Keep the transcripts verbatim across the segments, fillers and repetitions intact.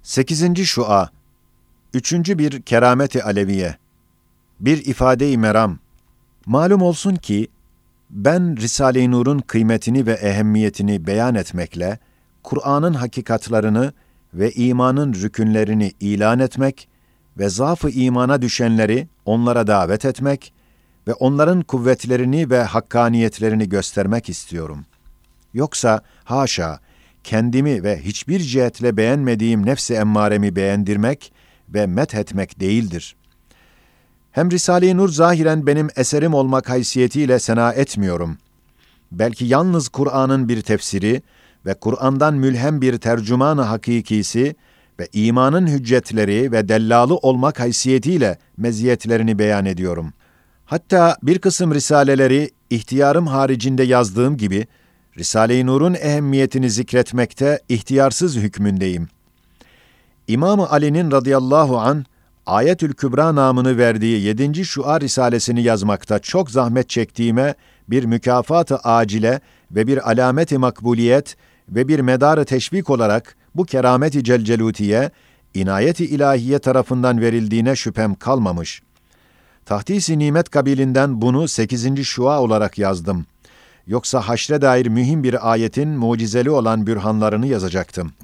Sekizinci Şua, Üçüncü bir Keramet-i Aleviye, bir ifade-i meram. Malum olsun ki, ben Risale-i Nur'un kıymetini ve ehemmiyetini beyan etmekle, Kur'an'ın hakikatlarını ve imanın rükünlerini ilan etmek ve zaaf-ı imana düşenleri onlara davet etmek ve onların kuvvetlerini ve hakkaniyetlerini göstermek istiyorum. Yoksa haşa, kendimi ve hiçbir cihetle beğenmediğim nefs-i emmaremi beğendirmek ve methetmek değildir. Hem Risale-i Nur zahiren benim eserim olmak haysiyetiyle sena etmiyorum. Belki yalnız Kur'an'ın bir tefsiri ve Kur'an'dan mülhem bir tercüman-ı hakikisi ve imanın hüccetleri ve dellalı olmak haysiyetiyle meziyetlerini beyan ediyorum. Hatta bir kısım risaleleri ihtiyarım haricinde yazdığım gibi, Risale-i Nur'un ehemmiyetini zikretmekte ihtiyarsız hükmündeyim. İmam-ı Ali'nin radıyallahu an Ayetül Kübra namını verdiği yedinci Şua risalesini yazmakta çok zahmet çektiğime bir mükafat-ı acile ve bir alamet-i makbuliyet ve bir medar-ı teşvik olarak bu keramet-i celcelutiye, inayet-i ilahiye tarafından verildiğine şüphem kalmamış. Tahdis-i nimet kabilinden bunu sekizinci Şua olarak yazdım. Yoksa haşre dair mühim bir ayetin mucizeli olan bürhanlarını yazacaktım.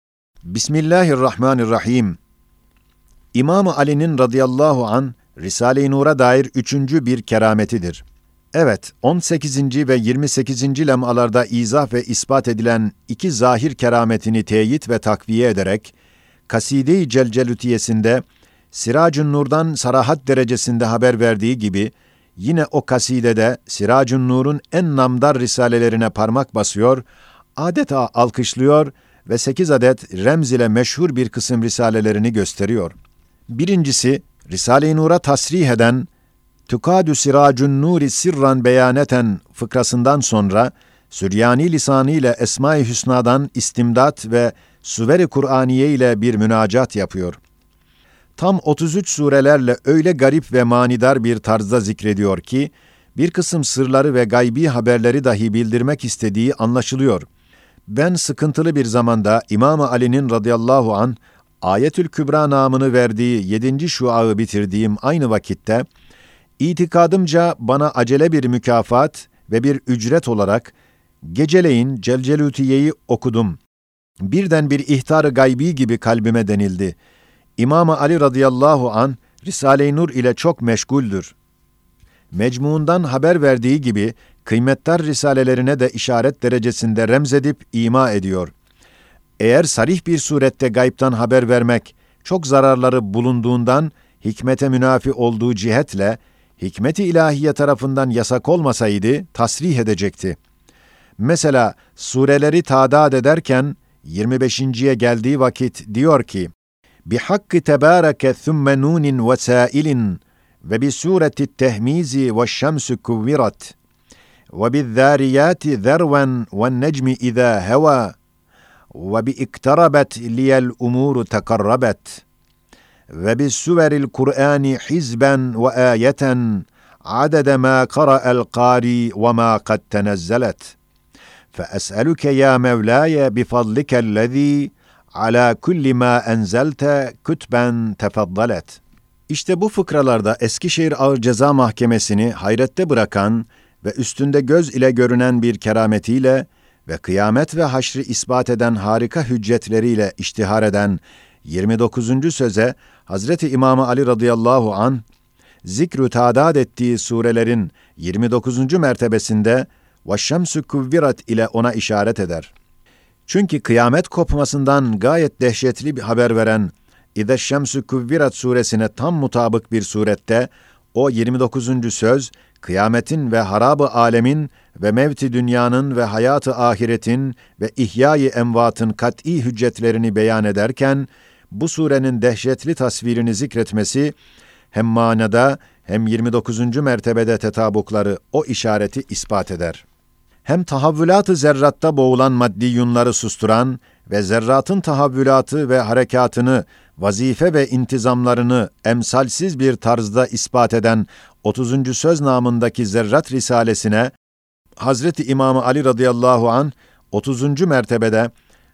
Bismillahirrahmanirrahim. İmam-ı Ali'nin radıyallahu an Risale-i Nur'a dair üçüncü bir kerametidir. Evet, on sekizinci ve yirmi sekizinci lemalarda izah ve ispat edilen iki zahir kerametini teyit ve takviye ederek, Kaside-i Celcelutiyesinde Siracun Nur'dan sarahat derecesinde haber verdiği gibi, yine o kasidede Siracun Nur'un en namdar risalelerine parmak basıyor, adeta alkışlıyor ve sekiz adet remz ile meşhur bir kısım risalelerini gösteriyor. Birincisi, Risale-i Nur'a tasrih eden Tukadü Siracun Nuri Sirran Beyaneten fıkrasından sonra, Süryani lisanı ile Esma-i Hüsna'dan istimdat ve Süver-i Kur'aniye ile bir münacat yapıyor. Tam otuz üç surelerle öyle garip ve manidar bir tarzda zikrediyor ki, bir kısım sırları ve gaybi haberleri dahi bildirmek istediği anlaşılıyor. Ben sıkıntılı bir zamanda İmam-ı Ali'nin radıyallahu anh, Ayetül Kübra namını verdiği yedinci şuağı bitirdiğim aynı vakitte, itikadımca bana acele bir mükafat ve bir ücret olarak, geceleyin Celcelutiye'yi okudum. Birden bir ihtar-ı gaybi gibi kalbime denildi. İmam-ı Ali radıyallahu an Risale-i Nur ile çok meşguldür. Mecmuundan haber verdiği gibi kıymetdar risalelerine de işaret derecesinde remzedip ima ediyor. Eğer sarih bir surette gaybtan haber vermek çok zararları bulunduğundan hikmete münafi olduğu cihetle hikmet-i ilahiye tarafından yasak olmasaydı tasrih edecekti. Mesela sureleri tadad ederken yirmi beşinciye geldiği vakit diyor ki: "Bihakkı tebâreke thumme nûnin ve sâilin ve bi sûreti tehmizi ve şemsü kuvvirat ve bizzâriyâti zerven ve necmi izâ hevâ ve bi iktarabet liyel umûru tekarrabet ve bi süveril Kur'âni hizben ve âyeten adede mâ kara'el qâri ve mâ kad tenezzelet fe es'elüke ya Mevlâye bifadlikellezî ala kulli ma enzelte kütben tefaddalet." İşte bu fıkralarda Eskişehir Ağır Ceza Mahkemesi'ni hayrette bırakan ve üstünde göz ile görünen bir kerametiyle ve kıyamet ve haşri ispat eden harika hüccetleriyle iştihar eden yirmi dokuzuncu söze Hazreti İmam-ı Ali radıyallahu an zikrü tadad ettiği surelerin yirmi dokuzuncu mertebesinde "Veşşemsü kuvvirat" ile ona işaret eder. Çünkü kıyamet kopmasından gayet dehşetli bir haber veren İzeşşemsü kuvvirat suresine tam mutabık bir surette o yirmi dokuzuncu söz, kıyametin ve harab-ı alemin ve mevti dünyanın ve hayatı ahiretin ve ihya-i envatın kat'î hüccetlerini beyan ederken, bu surenin dehşetli tasvirini zikretmesi, hem manada hem yirmi dokuzuncu mertebede tetabukları o işareti ispat eder. Hem tahavvülat-ı zerratta boğulan maddiyunları susturan ve zerratın tahavvülatı ve harekatını, vazife ve intizamlarını emsalsiz bir tarzda ispat eden otuzuncu söz namındaki Zerrat Risalesine, Hazreti İmam-ı Ali radıyallahu an otuzuncu mertebede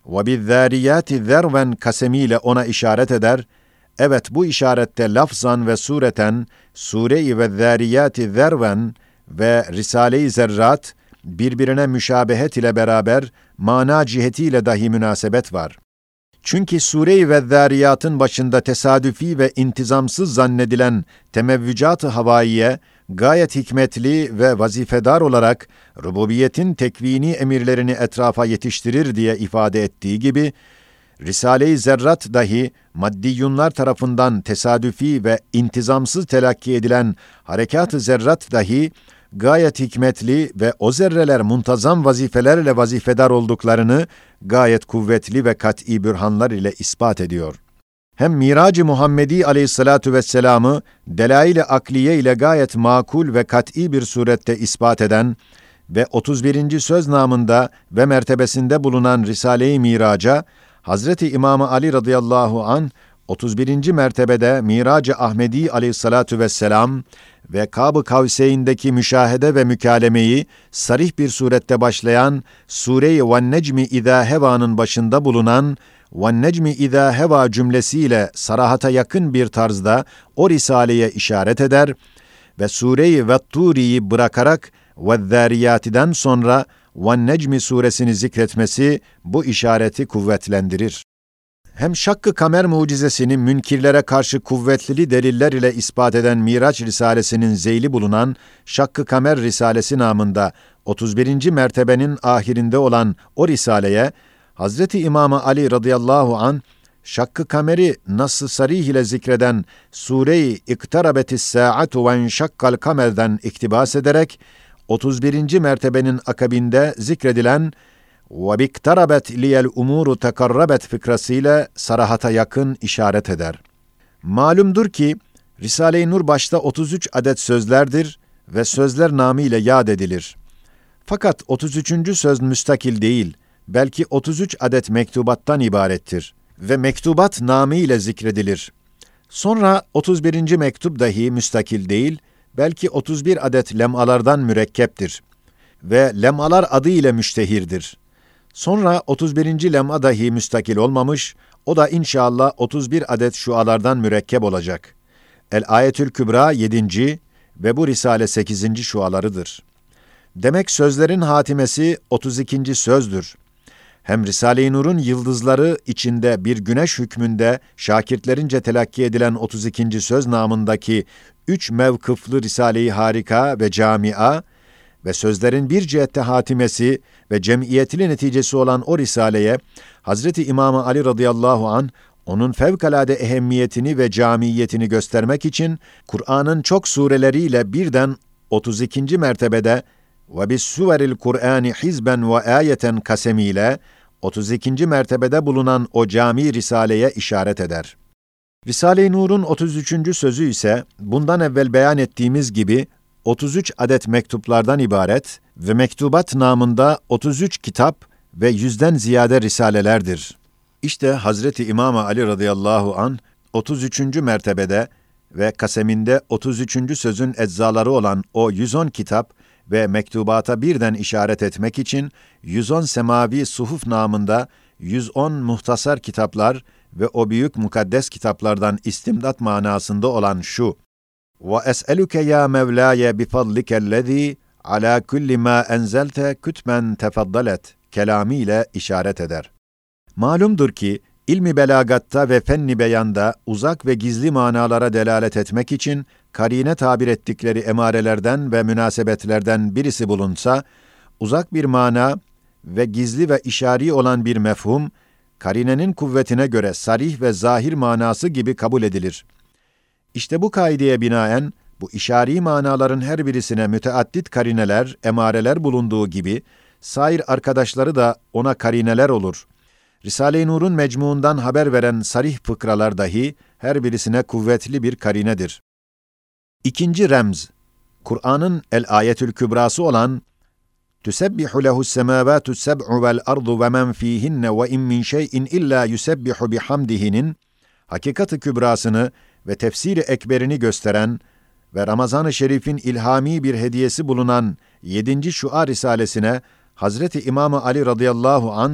وَبِالذَّارِيَاتِ ذَرْوًا kasemiyle ona işaret eder. Evet, bu işarette lafzan ve sureten Sure-i ve Zâriyâti zerven ve Risale-i Zerrat birbirine müşabehet ile beraber mana cihetiyle dahi münasebet var. Çünkü Sure-i ve Zâriyât'ın başında tesadüfi ve intizamsız zannedilen temevvücat-ı havaiye gayet hikmetli ve vazifedar olarak rububiyetin tekvini emirlerini etrafa yetiştirir diye ifade ettiği gibi, Risale-i Zerrat dahi maddiyunlar tarafından tesadüfi ve intizamsız telakki edilen harekat-ı zerrat dahi gayet hikmetli ve o zerreler muntazam vazifelerle vazifedar olduklarını gayet kuvvetli ve kat'i bürhanlar ile ispat ediyor. Hem Mirac-ı Muhammedi aleyhissalatu vesselam'ı delail-i akliye ile gayet makul ve kat'i bir surette ispat eden ve otuz birinci söz namında ve mertebesinde bulunan Risale-i Miraç'a Hazreti İmam-ı Ali radıyallahu anh otuz birinci mertebede Mirac-ı Ahmedi aleyhissalatu vesselam ve Kâb-ı Kavseyn'deki müşahede ve mükalemeyi sarih bir surette başlayan Sure-i Ven-Necmi İzâ Hevâ'nın başında bulunan Ven-Necmi İzâ Hevâ cümlesiyle sarahata yakın bir tarzda o risaleye işaret eder ve Sure-i Vettûri'yi bırakarak Vezzâriyâti'den sonra Ven-Necmi suresini zikretmesi bu işareti kuvvetlendirir. Hem Şakkı Kamer mucizesini münkirlere karşı kuvvetli deliller ile ispat eden Miraç Risalesi'nin zeyli bulunan Şakkı Kamer Risalesi namında otuz birinci mertebenin ahirinde olan o risaleye Hazreti İmam-ı Ali radıyallahu anh Şakkı Kamer'i Nass-ı Sarih ile zikreden Sure-i İktarabetis Sâ'atu ve Enşakkal Kamer'den iktibas ederek otuz birinci mertebenin akabinde zikredilen وَبِكْتَرَبَتْ لِيَ الْاُمُورُ تَكَرَّبَتْ fıkrasıyla sarahata yakın işaret eder. Malumdur ki, Risale-i Nur başta otuz üç adet sözlerdir ve sözler namıyla yad edilir. Fakat otuz üçüncü söz müstakil değil, belki otuz üç adet mektubattan ibarettir ve mektubat namıyla zikredilir. Sonra otuz birinci mektup dahi müstakil değil, belki otuz bir adet lemalardan mürekkeptir ve lemalar adı ile müştehirdir. Sonra otuz birinci lem'a dahi müstakil olmamış, o da inşallah otuz bir adet şualardan mürekkep olacak. El-Ayetül Kübra yedinci ve bu Risale sekizinci şualarıdır. Demek sözlerin hatimesi otuz ikinci sözdür. Hem Risale-i Nur'un yıldızları içinde bir güneş hükmünde şakirtlerince telakki edilen otuz ikinci söz namındaki üç mevkıflı Risale-i Harika ve Camia ve sözlerin bir cihette hatimesi ve cemiyetli neticesi olan o risaleye Hazreti İmam-ı Ali radıyallahu anh onun fevkalade ehemmiyetini ve camiyetini göstermek için Kur'an'ın çok sureleriyle birden otuz ikinci mertebede ve bis suveril Kur'ani hizben ve ayeten kasemiyle otuz ikinci mertebede bulunan o cami risaleye işaret eder. Risale-i Nur'un otuz üçüncü sözü ise bundan evvel beyan ettiğimiz gibi otuz üç adet mektuplardan ibaret ve mektubat namında otuz üç kitap ve yüzden ziyade risalelerdir. İşte Hazreti İmam Ali radıyallahu anh otuz üçüncü mertebede ve kaseminde otuz üçüncü sözün eczaları olan o yüz on kitap ve mektubata birden işaret etmek için yüz on semavi suhuf namında yüz on muhtasar kitaplar ve o büyük mukaddes kitaplardan istimdat manasında olan şu: وَأَسْأَلُكَ يَا مَوْلَايَ بِفَضْلِكَ الَّذ۪ي عَلَى كُلِّ مَا اَنْزَلْتَ كُتْمًا تَفَضَّلَتْ kelamıyla işaret eder. Malumdur ki, ilmi belagatta ve fenni beyanda uzak ve gizli manalara delalet etmek için karine tabir ettikleri emarelerden ve münasebetlerden birisi bulunsa, uzak bir mana ve gizli ve işari olan bir mefhum, karinenin kuvvetine göre sarih ve zahir manası gibi kabul edilir. İşte bu kaideye binaen, bu işari manaların her birisine müteaddit karineler, emareler bulunduğu gibi, sair arkadaşları da ona karineler olur. Risale-i Nur'un mecmuundan haber veren sarih fıkralar dahi, her birisine kuvvetli bir karinedir. İkinci remz, Kur'an'ın El-Ayetül Kübrası olan Tüsebbihu lehus semâvâtu seb'u vel ardu ve men fîhinne ve in min şey'in illâ yusebbihu bihamdihinin hakikat-ı kübrasını ve tefsir-i ekberini gösteren ve Ramazan-ı Şerif'in ilhami bir hediyesi bulunan yedinci Şua Risalesine Hazreti İmam-ı Ali radıyallahu anh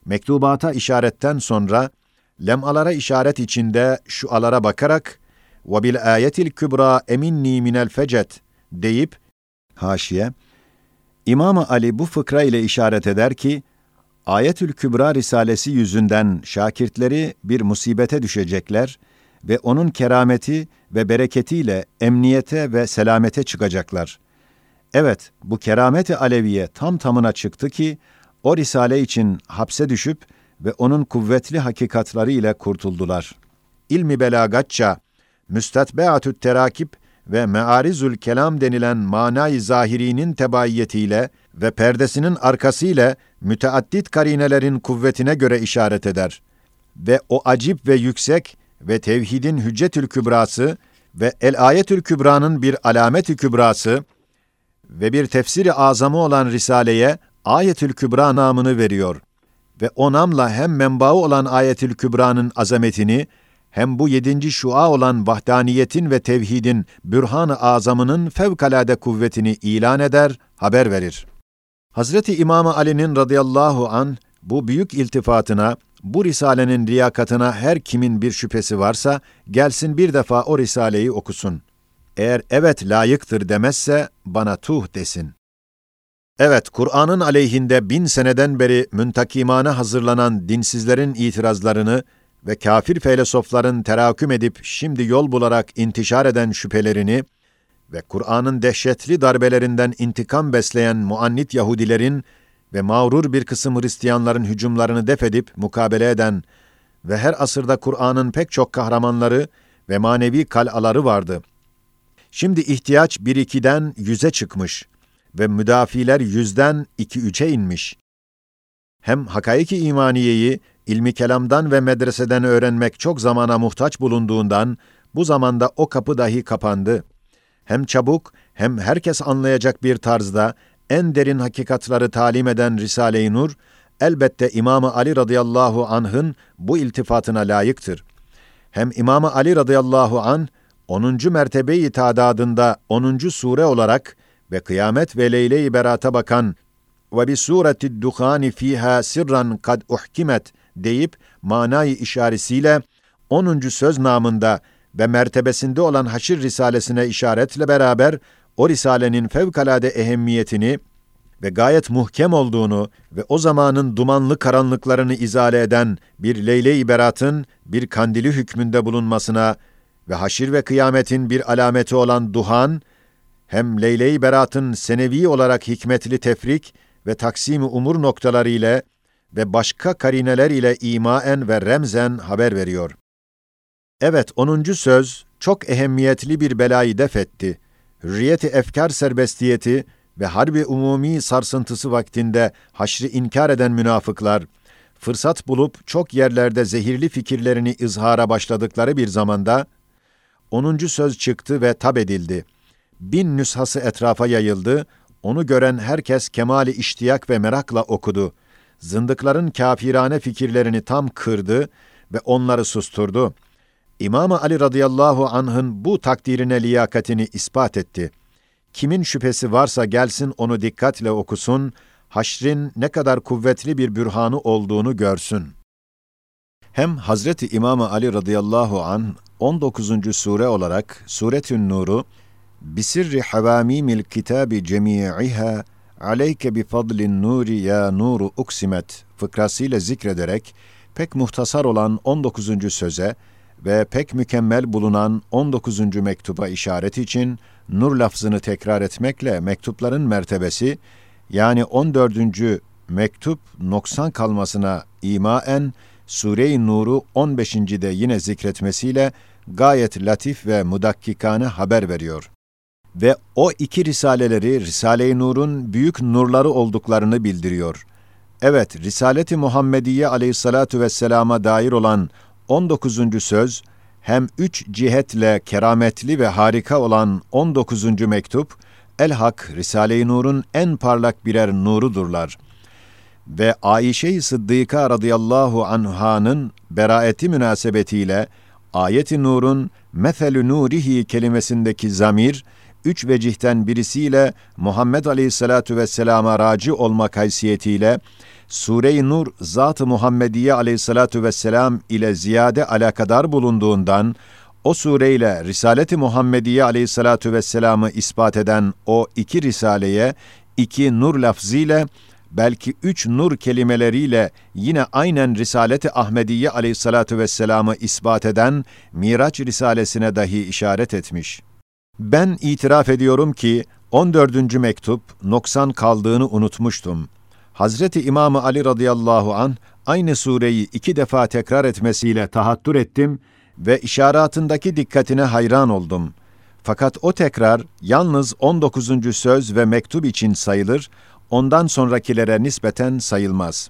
mektubata işaretten sonra, lemalara işaret içinde şualara bakarak, وَبِالْآيَةِ الْكُبْرَى اَمِنِّي مِنَ الْفَجَةِ deyip, haşiye, İmam-ı Ali bu fıkra ile işaret eder ki, Ayetül Kübra Risalesi yüzünden şakirtleri bir musibete düşecekler ve onun kerameti ve bereketiyle emniyete ve selamete çıkacaklar. Evet, bu keramet-i aleviye tam tamına çıktı ki, o risale için hapse düşüp ve onun kuvvetli hakikatları ile kurtuldular. İlmi belagatça, müstatbeatü't terakip ve mearizül kelam denilen manayı zahirinin tebaiyetiyle ve perdesinin arkasıyla müteaddit karinelerin kuvvetine göre işaret eder. Ve o acip ve yüksek ve tevhidin hüccetül kübrası ve el-ayetül kübranın bir alameti kübrası ve bir tefsiri azamı olan Risale'ye Ayetül Kübra namını veriyor. Ve o namla hem menbaı olan Ayetül Kübra'nın azametini, hem bu yedinci şua olan vahdaniyetin ve tevhidin bürhan-ı azamının fevkalade kuvvetini ilan eder, haber verir. Hazreti İmam-ı Ali'nin radıyallahu anh bu büyük iltifatına, bu risalenin liyakatına her kimin bir şüphesi varsa, gelsin bir defa o risaleyi okusun. Eğer evet layıktır demezse, bana tuh desin. Evet, Kur'an'ın aleyhinde bin seneden beri müntakimane hazırlanan dinsizlerin itirazlarını ve kafir felsefeler'in teraküm edip şimdi yol bularak intişar eden şüphelerini ve Kur'an'ın dehşetli darbelerinden intikam besleyen muannit Yahudilerin ve mağrur bir kısım Hristiyanların hücumlarını def edip mukabele eden ve her asırda Kur'an'ın pek çok kahramanları ve manevi kal'aları vardı. Şimdi ihtiyaç bir ikiden yüze çıkmış ve müdafiler yüzden iki üçe inmiş. Hem hakaiki imaniyeyi ilmi kelamdan ve medreseden öğrenmek çok zamana muhtaç bulunduğundan bu zamanda o kapı dahi kapandı. Hem çabuk hem herkes anlayacak bir tarzda en derin hakikatları talim eden Risale-i Nur, elbette İmam-ı Ali radıyallahu anh'ın bu iltifatına layıktır. Hem İmam-ı Ali radıyallahu anh, onuncu mertebe-i tadadında onuncu sure olarak ve kıyamet ve leyle-i berata bakan ve bi suretid duhani fiha sirran kad uhkimet deyip manayı işaretiyle onuncu söz namında ve mertebesinde olan Haşr Risalesine işaretle beraber o risalenin fevkalade ehemmiyetini ve gayet muhkem olduğunu ve o zamanın dumanlı karanlıklarını izale eden bir leyle-i beratın bir kandili hükmünde bulunmasına ve haşir ve kıyametin bir alameti olan duhan, hem leyle-i beratın senevi olarak hikmetli tefrik ve taksim-i umur noktaları ile ve başka karineler ile imaen ve remzen haber veriyor. Evet, onuncu söz çok ehemmiyetli bir belayı def etti. Hürriyeti efkar serbestiyeti ve harbi umumi sarsıntısı vaktinde haşrı inkar eden münafıklar, fırsat bulup çok yerlerde zehirli fikirlerini izhara başladıkları bir zamanda, onuncu söz çıktı ve tab edildi. Bin nüshası etrafa yayıldı, onu gören herkes kemali iştiyak ve merakla okudu. Zındıkların kafirane fikirlerini tam kırdı ve onları susturdu. İmam-ı Ali radıyallahu anh'ın bu takdirine liyakatini ispat etti. Kimin şüphesi varsa gelsin onu dikkatle okusun, haşrin ne kadar kuvvetli bir bürhanı olduğunu görsün. Hem Hazreti İmam-ı Ali radıyallahu anh on dokuzuncu sure olarak Suretün Nur'u Bisirri havamimil kitabi cemi'iha aleyke bifadlin nuri ya nuru uksimet fıkrasıyla zikrederek pek muhtasar olan on dokuzuncu söze ve pek mükemmel bulunan on dokuzuncu mektuba işaret için nur lafzını tekrar etmekle mektupların mertebesi, yani on dördüncü mektup noksan kalmasına imaen Sure-i Nur'u on beşinci de yine zikretmesiyle gayet latif ve mudakkikane haber veriyor. Ve o iki risaleleri Risale-i Nur'un büyük nurları olduklarını bildiriyor. Evet, Risalet-i Muhammediye aleyhissalatu vesselama dair olan on dokuzuncu söz, hem üç cihetle kerametli ve harika olan on dokuzuncu mektup, el-hak Risale-i Nur'un en parlak birer nurudurlar. Ve Ayşe-i Sıddıka radıyallahu anha'nın beraeti münasebetiyle ayet-i nurun meselü nurihi kelimesindeki zamir, üç vecihten birisiyle Muhammed aleyhissalatu vesselama raci olmak haysiyetiyle Sure-i Nur, Zat-ı Muhammediye aleyhissalatu vesselam ile ziyade alakadar bulunduğundan, o sureyle Risalet-i Muhammediye aleyhissalatu vesselam'ı ispat eden o iki risaleye, iki nur lafzıyla, belki üç nur kelimeleriyle yine aynen Risalet-i Ahmediye aleyhissalatu vesselam'ı ispat eden Miraç Risalesine dahi işaret etmiş. Ben itiraf ediyorum ki on dördüncü mektup noksan kaldığını unutmuştum. Hazreti İmam-ı Ali radıyallahu anh aynı sureyi iki defa tekrar etmesiyle tahattür ettim ve işaretindeki dikkatine hayran oldum. Fakat o tekrar yalnız on dokuzuncu söz ve mektup için sayılır, ondan sonrakilere nispeten sayılmaz.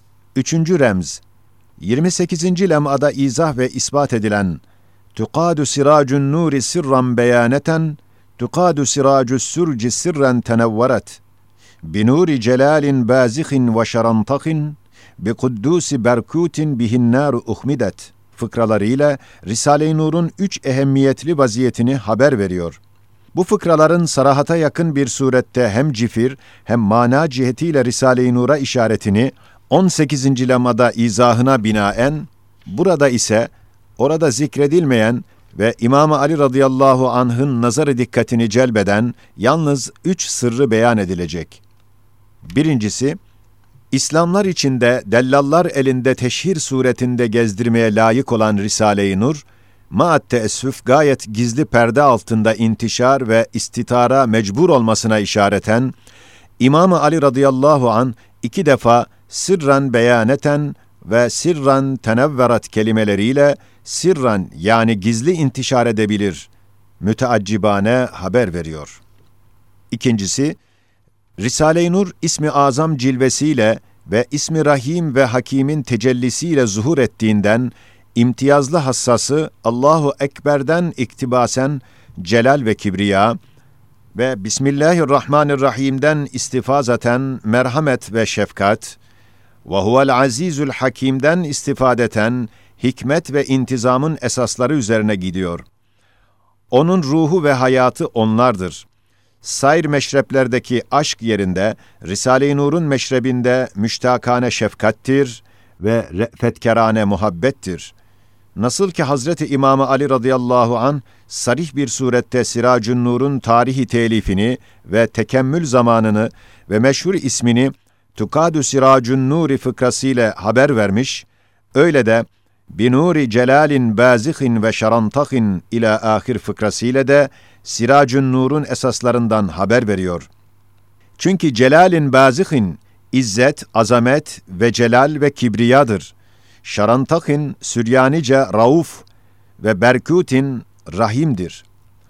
Üçüncü remz, yirmi sekizinci lem'ada izah ve ispat edilen "Tukadu siracun nuri sirran beyaneten, tukadu siracus surci sirren tenevveret, binuri celalin bazihin ve şarantakin, bi kuddusi berkutin bihin naru uhmidet" fıkralarıyla Risale-i Nur'un üç ehemmiyetli vaziyetini haber veriyor. Bu fıkraların sarahata yakın bir surette hem cifir hem mana cihetiyle Risale-i Nur'a işaretini on sekizinci lemada izahına binaen, burada ise orada zikredilmeyen ve İmam-ı Ali radıyallahu anh'ın nazarı dikkatini celbeden yalnız üç sırrı beyan edilecek. Birincisi, İslamlar içinde dellallar elinde teşhir suretinde gezdirmeye layık olan Risale-i Nur, maat teessüf gayet gizli perde altında intişar ve istitara mecbur olmasına işareten, İmam-ı Ali radıyallahu an iki defa sirran beyaneten ve sirran tenevverat kelimeleriyle sirran yani gizli intişar edebilir, müteaccibane haber veriyor. İkincisi, Risale-i Nur ismi azam cilvesiyle ve ismi Rahim ve Hakim'in tecellisiyle zuhur ettiğinden, imtiyazlı hassası Allahu Ekber'den iktibasen celal ve kibriya ve Bismillahirrahmanirrahim'den istifazaten merhamet ve şefkat ve huvel azizül hakim'den istifadeten hikmet ve intizamın esasları üzerine gidiyor. Onun ruhu ve hayatı onlardır. Sair meşreplerdeki aşk yerinde, Risale-i Nur'un meşrebinde müştakane şefkattir ve re'fetkerane muhabbettir. Nasıl ki Hazreti İmam-ı Ali radıyallahu an sarih bir surette Siracun Nur'un tarihi telifini ve tekemmül zamanını ve meşhur ismini Tukadu Siracun Nuri fıkrasıyla haber vermiş, öyle de Binuri celalin bazihin ve şarantahin ila ahir fıkrasıyla de Siracun Nur'un esaslarından haber veriyor. Çünkü celalin bazihin izzet, azamet ve celal ve kibriyadır. Şarantahin Süryanice rauf ve berkutin rahimdir.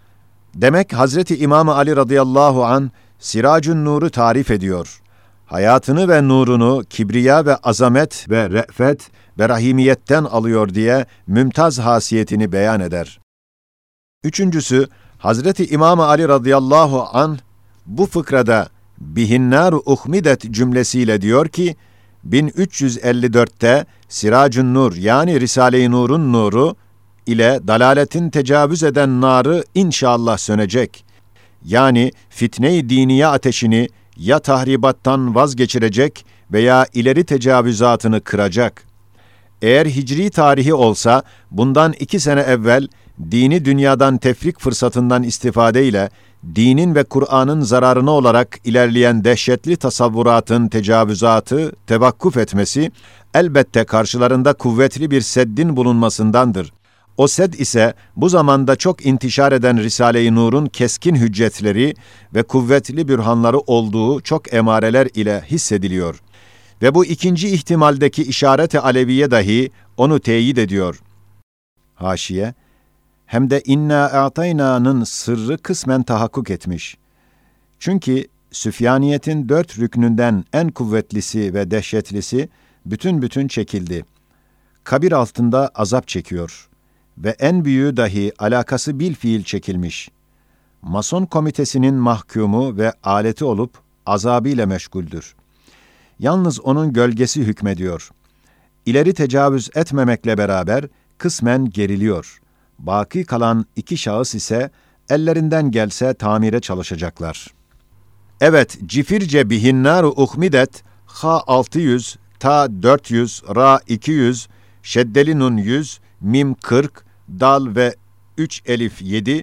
Demek Hazreti İmam-ı Ali radıyallahu an Siracun Nur'u tarif ediyor. Hayatını ve nurunu kibriya ve azamet ve re'fet ve rahimiyetten alıyor diye mümtaz hasiyetini beyan eder. Üçüncüsü, Hazreti İmam-ı Ali radıyallahu anh bu fıkrada bihinnâru uhmidet cümlesiyle diyor ki, bin üç yüz elli dörtte Siracun Nur yani Risale-i Nur'un nuru ile dalaletin tecavüz eden narı inşallah sönecek. Yani fitne-i diniye ateşini ya tahribattan vazgeçirecek veya ileri tecavüzatını kıracak. Eğer hicri tarihi olsa, bundan iki sene evvel dini dünyadan tefrik fırsatından istifadeyle dinin ve Kur'an'ın zararına olarak ilerleyen dehşetli tasavvuratın tecavüzatı tevakkuf etmesi, elbette karşılarında kuvvetli bir seddin bulunmasındandır. O sed ise bu zamanda çok intişar eden Risale-i Nur'un keskin hüccetleri ve kuvvetli bürhanları olduğu çok emareler ile hissediliyor. Ve bu ikinci ihtimaldeki işaret-i aleviye dahi onu teyit ediyor. Haşiye, hem de inna a'tayna'nın sırrı kısmen tahakkuk etmiş. Çünkü Süfyaniyetin dört rüknünden en kuvvetlisi ve dehşetlisi bütün bütün çekildi. Kabir altında azap çekiyor ve en büyüğü dahi alakası bil fiil çekilmiş. Mason komitesinin mahkumu ve aleti olup azabıyla meşguldür. Yalnız onun gölgesi hükmediyor. İleri tecavüz etmemekle beraber kısmen geriliyor. Baki kalan iki şahıs ise ellerinden gelse tamire çalışacaklar. Evet, cifirce bihinnâru uhmidet, ha altı yüz, ta dört yüz, ra iki yüz, şeddeli nun yüz, mim kırk, dal ve üç elif yedi,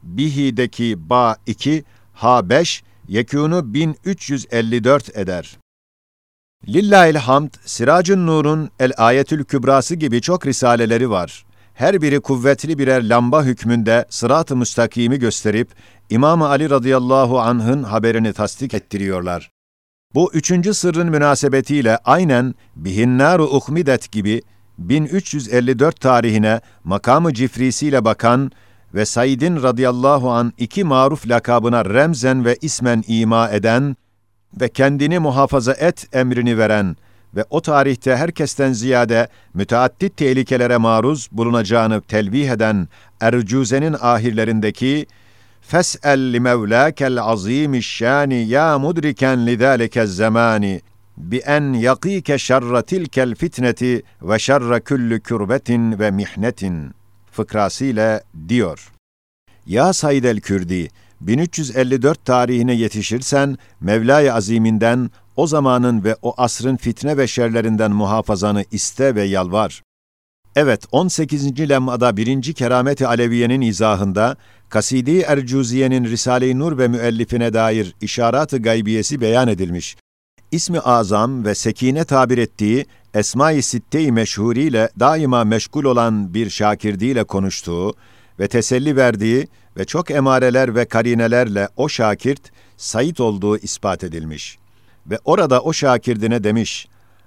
bihi'deki ba iki, ha beş, yekûnu bin üç yüz elli dört eder. Lillahil hamd, Siracun Nur'un El Ayetül Kübrası gibi çok risaleleri var. Her biri kuvvetli birer lamba hükmünde sırat-ı müstakimi gösterip, İmam-ı Ali radıyallahu anh'ın haberini tasdik ettiriyorlar. Bu üçüncü sırrın münasebetiyle aynen Bihinnâru Uhmidet gibi bin üç yüz elli dört tarihine makamı cifrisiyle bakan ve Said'in radıyallahu an iki maruf lakabına remzen ve ismen ima eden ve kendini muhafaza et emrini veren ve o tarihte herkesten ziyade müteaddit tehlikelere maruz bulunacağını telvih eden Ercüze'nin ahirlerindeki فَاسْأَلْ لِمَوْلَاكَ الْعَظِيمِ الشَّانِ يَا مُدْرِكًا لِذَٰلِكَ الزَّمَانِ بِأَنْ يَقِيكَ شَرَّ تِلْكَ الْفِتْنَةِ وَشَرَّ كُلِّ كُرْبَةٍ وَمِحْنَةٍ fıkrasıyla diyor. Ya Said el-Kürdi, bin üç yüz elli dört tarihine yetişirsen, Mevla-i Azim'inden o zamanın ve o asrın fitne ve şerlerinden muhafazanı iste ve yalvar. Evet, on sekizinci lemmada birinci Keramet-i Aleviye'nin izahında, Kaside-i Ercüziye'nin Risale-i Nur ve müellifine dair işarat-ı gaybiyesi beyan edilmiş. İsmi azam ve sekine tabir ettiği Esma-i Sitte-i meşhuriyle daima meşgul olan bir şakirdiyle konuştuğu ve teselli verdiği ve çok emareler ve karinelerle o şakirt Said olduğu ispat edilmiş. Ve orada o şakirdine demiş,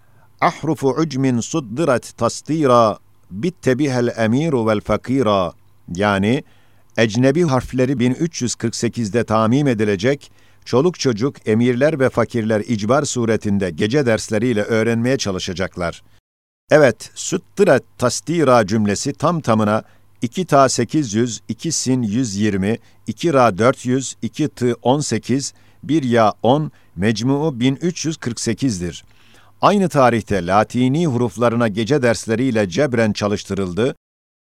ahrufu ucmin suddirat tasdira bittebihel emiru vel fakira, yani ecnebi harfleri bin üç yüz kırk sekizde tamim edilecek, çoluk çocuk, emirler ve fakirler icbar suretinde gece dersleriyle öğrenmeye çalışacaklar. Evet, suddirat tasdira cümlesi tam tamına iki ta sekiz yüz, iki sin yüz yirmi, iki ra dört yüz, iki tı on sekiz, bir ya on, mecmuu bin üç yüz kırk sekizdir. Aynı tarihte Latini huruflarına gece dersleriyle cebren çalıştırıldı.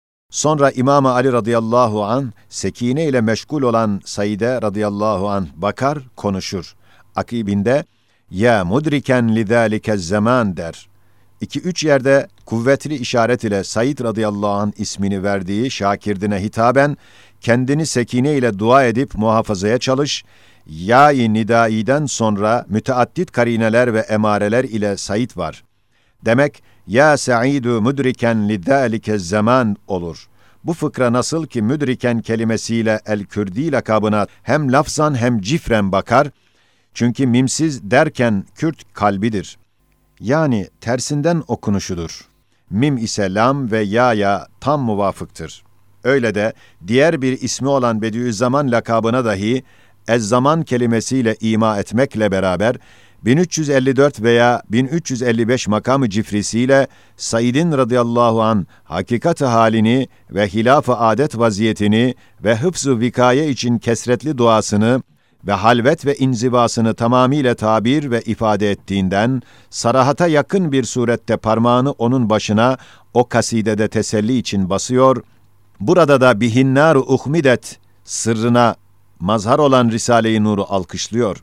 Sonra İmam-ı Ali radıyallahu anh, sekine ile meşgul olan Said'e radıyallahu anh bakar, konuşur. Akibinde, ya mudriken lidâlike zaman der. İki üç yerde kuvvetli işaret ile Said radıyallahu anh ismini verdiği şakirdine hitaben, kendini sekine ile dua edip muhafazaya çalış, ya-i nidaiden sonra müteaddit karineler ve emareler ile Said var. Demek, ya Sa'idu müdriken lidâlike zaman olur. Bu fıkra nasıl ki müdriken kelimesiyle el-Kürdi lakabına hem lafzan hem cifren bakar, çünkü mimsiz derken Kürt kalbidir. Yani tersinden okunuşudur. Mim ise lam ve ya'ya tam muvafıktır. Öyle de diğer bir ismi olan Bediüzzaman lakabına dahi Ez-Zaman kelimesiyle ima etmekle beraber bin üç yüz elli dört veya bin üç yüz elli beş makamı cifrisiyle Said'in radıyallahu an hakikat-ı halini ve hilaf-ı adet vaziyetini ve hıfz-ı vikaye için kesretli duasını ve halvet ve inzivasını tamamiyle tabir ve ifade ettiğinden, sarahata yakın bir surette parmağını onun başına o kasidede teselli için basıyor, burada da bihinnâru uhmidet sırrına mazhar olan Risale-i Nur'u alkışlıyor.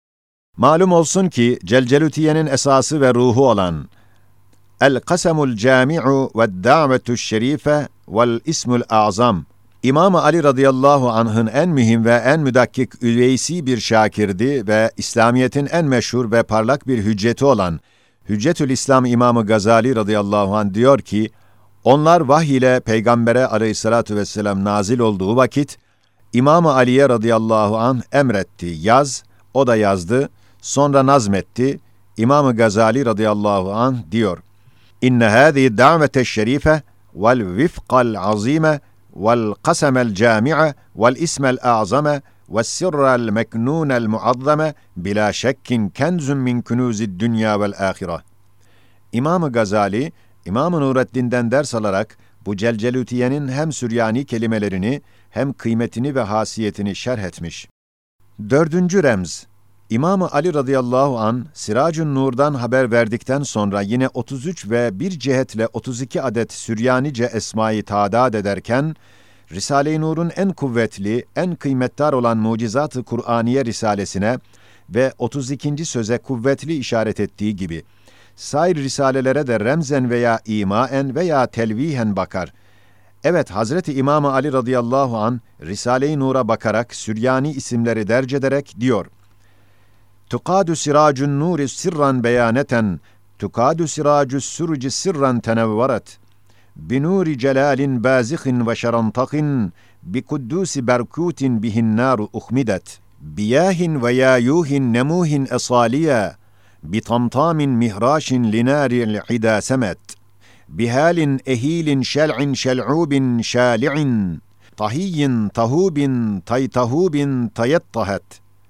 Malum olsun ki Celcelutiye'nin esası ve ruhu olan El-Kasemul Cami'u ve'd-Da'vetu'ş Şerife ve'l-İsmul Azam, İmam-ı Ali radıyallahu anh'ın en mühim ve en müdakkik üveysi bir şakirdi ve İslamiyet'in en meşhur ve parlak bir hücceti olan Hüccetül İslam İmamı Gazali radıyallahu anh diyor ki, onlar vahiy ile Peygamber'e aleyhissalatu vesselam nazil olduğu vakit, İmam-ı Ali'ye radıyallahu anh emretti, yaz, o da yazdı, sonra nazmetti. İmam-ı Gazali radıyallahu anh diyor, İnne hâzî da'vete şerife vel vifqal azime vel kasemel cami'e vel ismel a'zame ve sirrel meknûnel muazzame bila şekkin kenzun min kunûzid dünya vel âhire. İmam-ı Gazali, İmam-ı Nureddin'den ders alarak bu Celcelutiye'nin hem Süryani kelimelerini hem kıymetini ve hasiyetini şerh etmiş. Dördüncü remz, İmam-ı Ali radıyallahu an Siracun Nur'dan haber verdikten sonra yine otuz üç ve bir cihetle otuz iki adet Süryanice esmayı tadat ederken, Risale-i Nur'un en kuvvetli, en kıymetdar olan Mucizat-ı Kur'aniye Risalesine ve otuz ikinci söze kuvvetli işaret ettiği gibi, sair risalelere de remzen veya imaen veya telvihen bakar. Evet, Hazreti İmam Ali radıyallahu an Risale-i Nur'a bakarak Süryani isimleri derc ederek diyor: Tukadu siracun nuri sirran beyaneten, tukadu siracus surci sirran tenevvaret, binuri celalin bazihin ve şerantakin, bi kuddusi berkutin bihin naru uhmidet, biyahin ve yayuhin nemuhin esaliya, bi tamtamin mihraşin linari'l ida semet, bihalin ehilin şel'in şel'ubin şali'in, tahiyyin tahubin taytahubin tayettahet,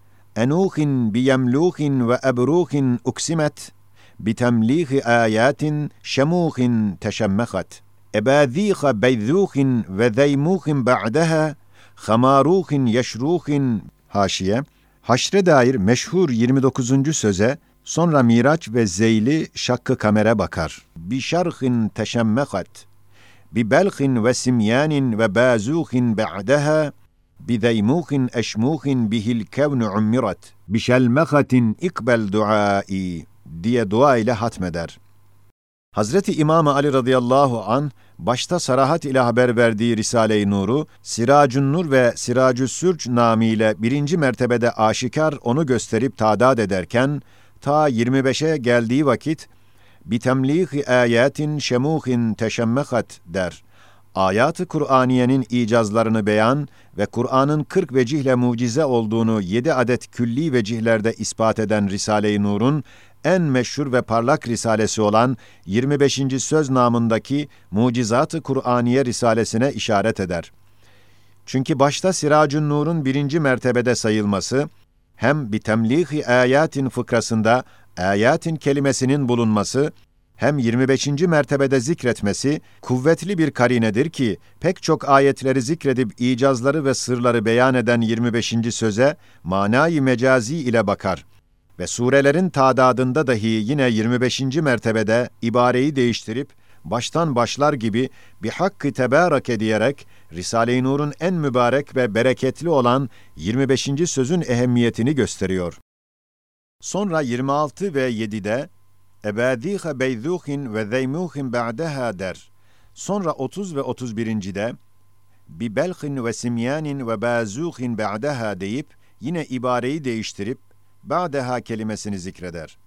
enuhin biyemluhin ve ebruhin uksimet, bitemlihi ayatin şemuhin teşemmehat, ebâzîhe beyzûhin ve zeymuhin ba'deha, hamaruhin yeşruhin. Haşiye, haşre dair meşhur yirmi dokuzuncu söze, sonra Miraç ve Zeyli şakkı kamere bakar. Bi şerhin teşemmehat, bi belhin ve simyanin ve bazuhin ba'deha, bi zeymuhin eşmuhin bihil kevnu ummirat, bi şelmehatin ikbel duai diye dua ile hatmeder. Hazreti İmam Ali radıyallahu an başta sarahat ile haber verdiği Risale-i Nur'u Siracun Nur ve Siracü's Sürç namiyle birinci mertebede aşikar onu gösterip tadat ederken ta yirmi beşe geldiği vakit bitemlihi ayatin şemuhin teşemmehat der. Ayat-ı Kur'aniyenin icazlarını beyan ve Kur'an'ın kırk vecihle mucize olduğunu yedi adet külli vecihlerde ispat eden Risale-i Nur'un en meşhur ve parlak risalesi olan yirmi beşinci söz namındaki Mucizat-ı Kur'aniye risalesine işaret eder. Çünkü başta Siracun Nur'un birinci mertebede sayılması, hem bitemlihi ayatin fıkrasında ayatin kelimesinin bulunması, hem yirmi beşinci mertebede zikretmesi kuvvetli bir karinedir ki pek çok ayetleri zikredip icazları ve sırları beyan eden yirmi beşinci söze manayı mecazi ile bakar ve surelerin tadadında dahi yine yirmi beşinci mertebede ibareyi değiştirip baştan başlar gibi bir hakkı tebareke diyerek Risale-i Nur'un en mübarek ve bereketli olan yirmi beşinci sözün ehemmiyetini gösteriyor. Sonra yirmi altı ve yedide ebâdîhe beyzûhin ve zeymuhin ba'deha der. Sonra otuz ve otuz birincide bi belhin ve simyanin ve bâzûhin ba'deha deyip yine ibareyi değiştirip ba'deha kelimesini zikreder.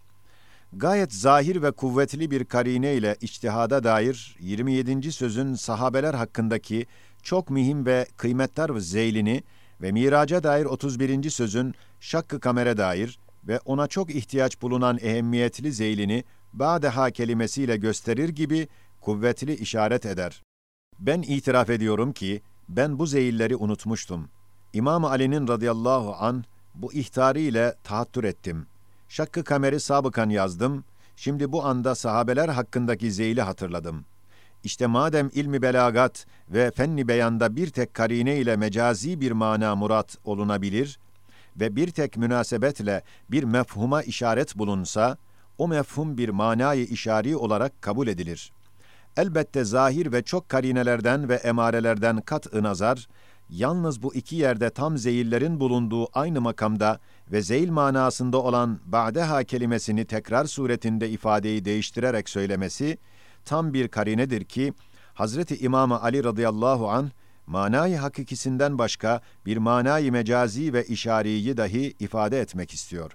Gayet zahir ve kuvvetli bir karine ile içtihada dair yirmi yedinci sözün sahabeler hakkındaki çok mühim ve kıymetli zeylini ve miraca dair otuz birinci sözün şakkı kamere dair ve ona çok ihtiyaç bulunan ehemmiyetli zeylini ba'deha kelimesiyle gösterir gibi kuvvetli işaret eder. Ben itiraf ediyorum ki ben bu zeyilleri unutmuştum. İmam Ali'nin radıyallahu an bu ihtarı ile tahattür ettim. Şakkı kameri sabıkan yazdım. Şimdi bu anda sahabeler hakkındaki zeyli hatırladım. İşte madem ilmi belagat ve fenni beyanda bir tek karine ile mecazi bir mana murat olunabilir ve bir tek münasebetle bir mefhuma işaret bulunsa, o mefhum bir manayı işari olarak kabul edilir. Elbette zahir ve çok karinelerden ve emarelerden kat-ı nazar, yalnız bu iki yerde tam zeyillerin bulunduğu aynı makamda ve zeyil manasında olan ba'deha kelimesini tekrar suretinde ifadeyi değiştirerek söylemesi, tam bir karinedir ki, Hazreti İmam Ali radıyallahu anh, manayı hakikisinden başka bir manayı mecazi ve işariyi dahi ifade etmek istiyor.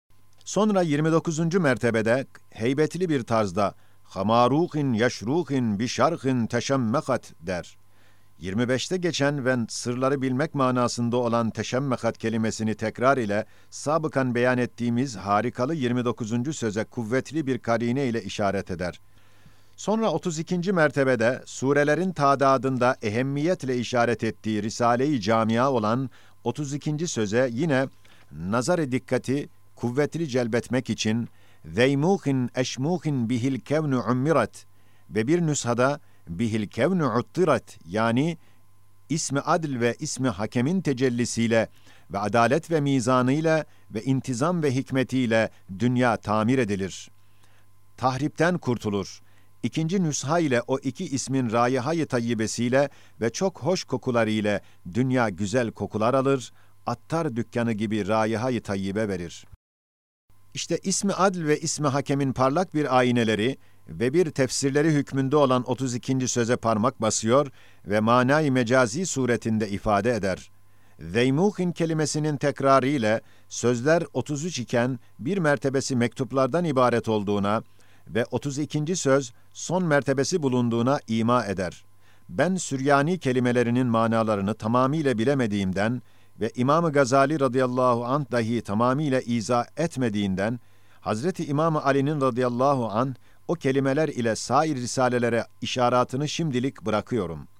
Sonra yirmi dokuzuncu mertebede heybetli bir tarzda hamaruhin yeşruhin bi şarhin teşemmehat der. yirmi beşte geçen ve sırları bilmek manasında olan teşemmehat kelimesini tekrar ile sabıkan beyan ettiğimiz harikalı yirmi dokuzuncu söze kuvvetli bir karine ile işaret eder. Sonra otuz ikinci mertebede surelerin tadadında ehemmiyetle işaret ettiği Risale-i Camia olan otuz ikinci söze yine nazar-ı dikkati kuvvetli celbetmek için zeymuhin eşmuhin bihil kevnu ummirat ve bir nüshada bihil kevnu uttirat yani ismi adl ve ismi hakemin tecellisiyle ve adalet ve mizanıyla ve intizam ve hikmetiyle dünya tamir edilir. Tahripten kurtulur. İkinci nüsha ile o iki ismin raiha-i tayyibesiyle ve çok hoş kokuları ile dünya güzel kokular alır, attar dükkanı gibi raiha-i tayyibe verir. İşte ismi adl ve ismi hakemin parlak bir ayneleri ve bir tefsirleri hükmünde olan otuz ikinci söze parmak basıyor ve manayı mecazi suretinde ifade eder. Zeymuhin kelimesinin tekrarı ile sözler otuz üç iken bir mertebesi mektuplardan ibaret olduğuna ve otuz ikinci söz son mertebesi bulunduğuna ima eder. Ben Süryani kelimelerinin manalarını tamamıyla bilemediğimden ve İmam-ı Gazali radıyallahu anh dahi tamamıyla izah etmediğinden, Hazreti İmam Ali'nin radıyallahu anh o kelimeler ile sair risalelere işaretini şimdilik bırakıyorum.